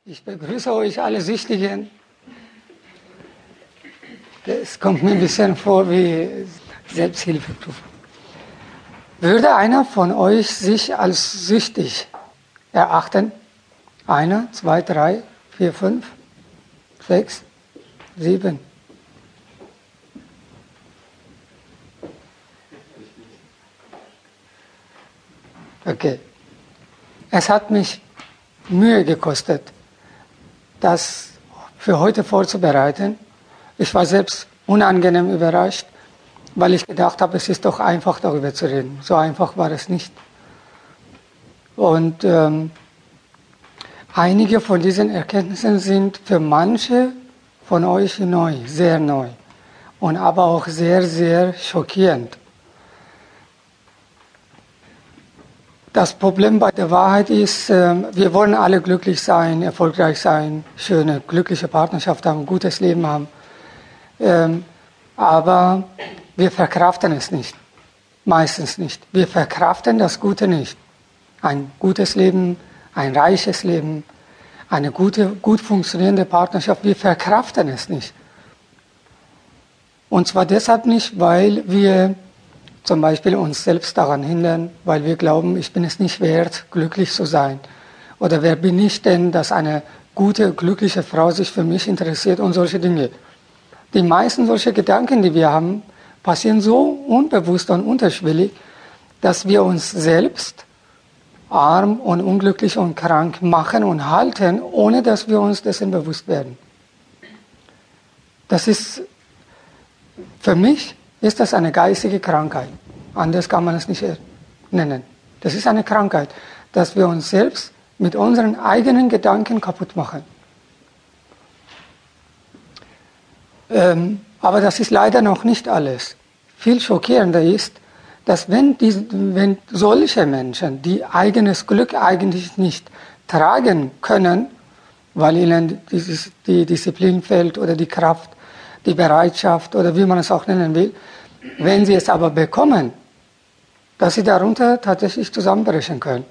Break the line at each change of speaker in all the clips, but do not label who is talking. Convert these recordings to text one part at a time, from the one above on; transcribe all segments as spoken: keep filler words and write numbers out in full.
Ich begrüße euch alle Süchtigen. Es kommt mir ein bisschen vor wie Selbsthilfeprüfung. Würde einer von euch sich als süchtig erachten? Einer, zwei, drei, vier, fünf, sechs, sieben. Okay. Es hat mich Mühe gekostet, das für heute vorzubereiten. Ich war selbst unangenehm überrascht, weil ich gedacht habe, es ist doch einfach, darüber zu reden. So einfach war es nicht. Und ähm, einige von diesen Erkenntnissen sind für manche von euch neu, sehr neu und aber auch sehr, sehr schockierend. Das Problem bei der Wahrheit ist, wir wollen alle glücklich sein, erfolgreich sein, schöne, glückliche Partnerschaft haben, gutes Leben haben. Aber wir verkraften es nicht, meistens nicht. Wir verkraften das Gute nicht. Ein gutes Leben, ein reiches Leben, eine gute, gut funktionierende Partnerschaft, wir verkraften es nicht. Und zwar deshalb nicht, weil wir zum Beispiel uns selbst daran hindern, weil wir glauben, ich bin es nicht wert, glücklich zu sein. Oder wer bin ich denn, dass eine gute, glückliche Frau sich für mich interessiert und solche Dinge. Die meisten solcher Gedanken, die wir haben, passieren so unbewusst und unterschwellig, dass wir uns selbst arm und unglücklich und krank machen und halten, ohne dass wir uns dessen bewusst werden. Das ist, für mich ist das eine geistige Krankheit. Anders kann man es nicht nennen. Das ist eine Krankheit, dass wir uns selbst mit unseren eigenen Gedanken kaputt machen. Ähm, aber das ist leider noch nicht alles. Viel schockierender ist, dass wenn, die, wenn solche Menschen, die eigenes Glück eigentlich nicht tragen können, weil ihnen dieses, die Disziplin fehlt oder die Kraft, die Bereitschaft oder wie man es auch nennen will, wenn sie es aber bekommen, dass sie darunter tatsächlich zusammenbrechen können.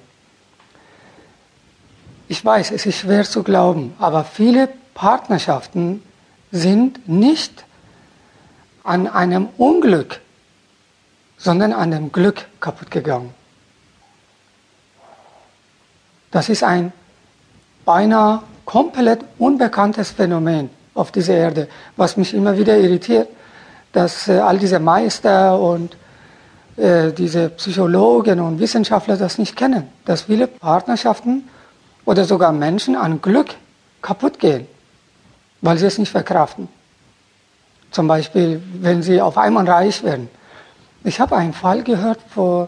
Ich weiß, es ist schwer zu glauben, aber viele Partnerschaften sind nicht an einem Unglück, sondern an dem Glück kaputt gegangen. Das ist ein beinahe komplett unbekanntes Phänomen auf dieser Erde, was mich immer wieder irritiert, dass äh, all diese Meister und äh, diese Psychologen und Wissenschaftler das nicht kennen, dass viele Partnerschaften oder sogar Menschen an Glück kaputt gehen, weil sie es nicht verkraften. Zum Beispiel, wenn sie auf einmal reich werden. Ich habe einen Fall gehört vor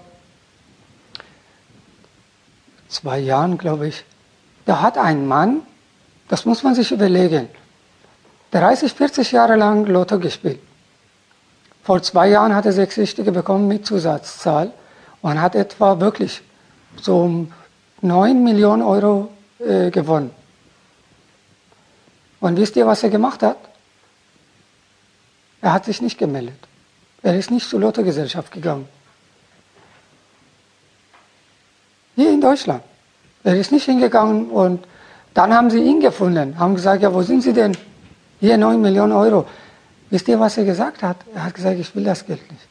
zwei Jahren, glaube ich. Da hat ein Mann, das muss man sich überlegen, dreißig, vierzig Jahre lang Lotto gespielt. Vor zwei Jahren hat er sechs Richtige bekommen mit Zusatzzahl und hat etwa wirklich so neun Millionen Euro äh, gewonnen. Und wisst ihr, was er gemacht hat? Er hat sich nicht gemeldet. Er ist nicht zur Lottogesellschaft gegangen. Hier in Deutschland. Er ist nicht hingegangen und dann haben sie ihn gefunden, haben gesagt, ja, wo sind Sie denn? Hier neun Millionen Euro. Wisst ihr, was er gesagt hat? Er hat gesagt, ich will das Geld nicht.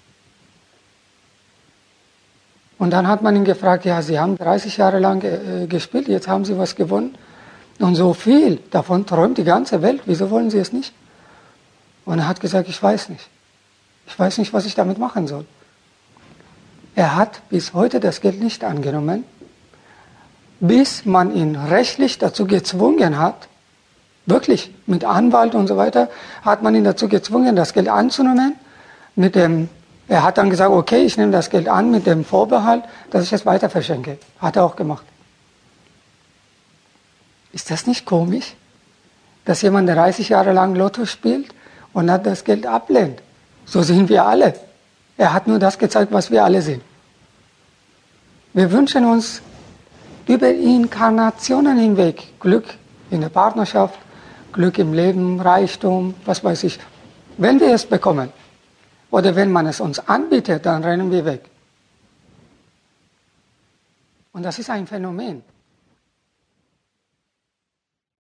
Und dann hat man ihn gefragt, ja, Sie haben dreißig Jahre lang äh, gespielt, jetzt haben Sie was gewonnen. Und so viel, davon träumt die ganze Welt, wieso wollen Sie es nicht? Und er hat gesagt, ich weiß nicht. Ich weiß nicht, was ich damit machen soll. Er hat bis heute das Geld nicht angenommen, bis man ihn rechtlich dazu gezwungen hat, wirklich mit Anwalt und so weiter, hat man ihn dazu gezwungen, das Geld anzunehmen. Mit dem, er hat dann gesagt, okay, ich nehme das Geld an mit dem Vorbehalt, dass ich es weiter verschenke. Hat er auch gemacht. Ist das nicht komisch, dass jemand dreißig Jahre lang Lotto spielt und dann das Geld ablehnt? So sind wir alle. Er hat nur das gezeigt, was wir alle sind. Wir wünschen uns über Inkarnationen hinweg Glück in der Partnerschaft, Glück im Leben, Reichtum, was weiß ich. Wenn wir es bekommen oder wenn man es uns anbietet, dann rennen wir weg. Und das ist ein Phänomen.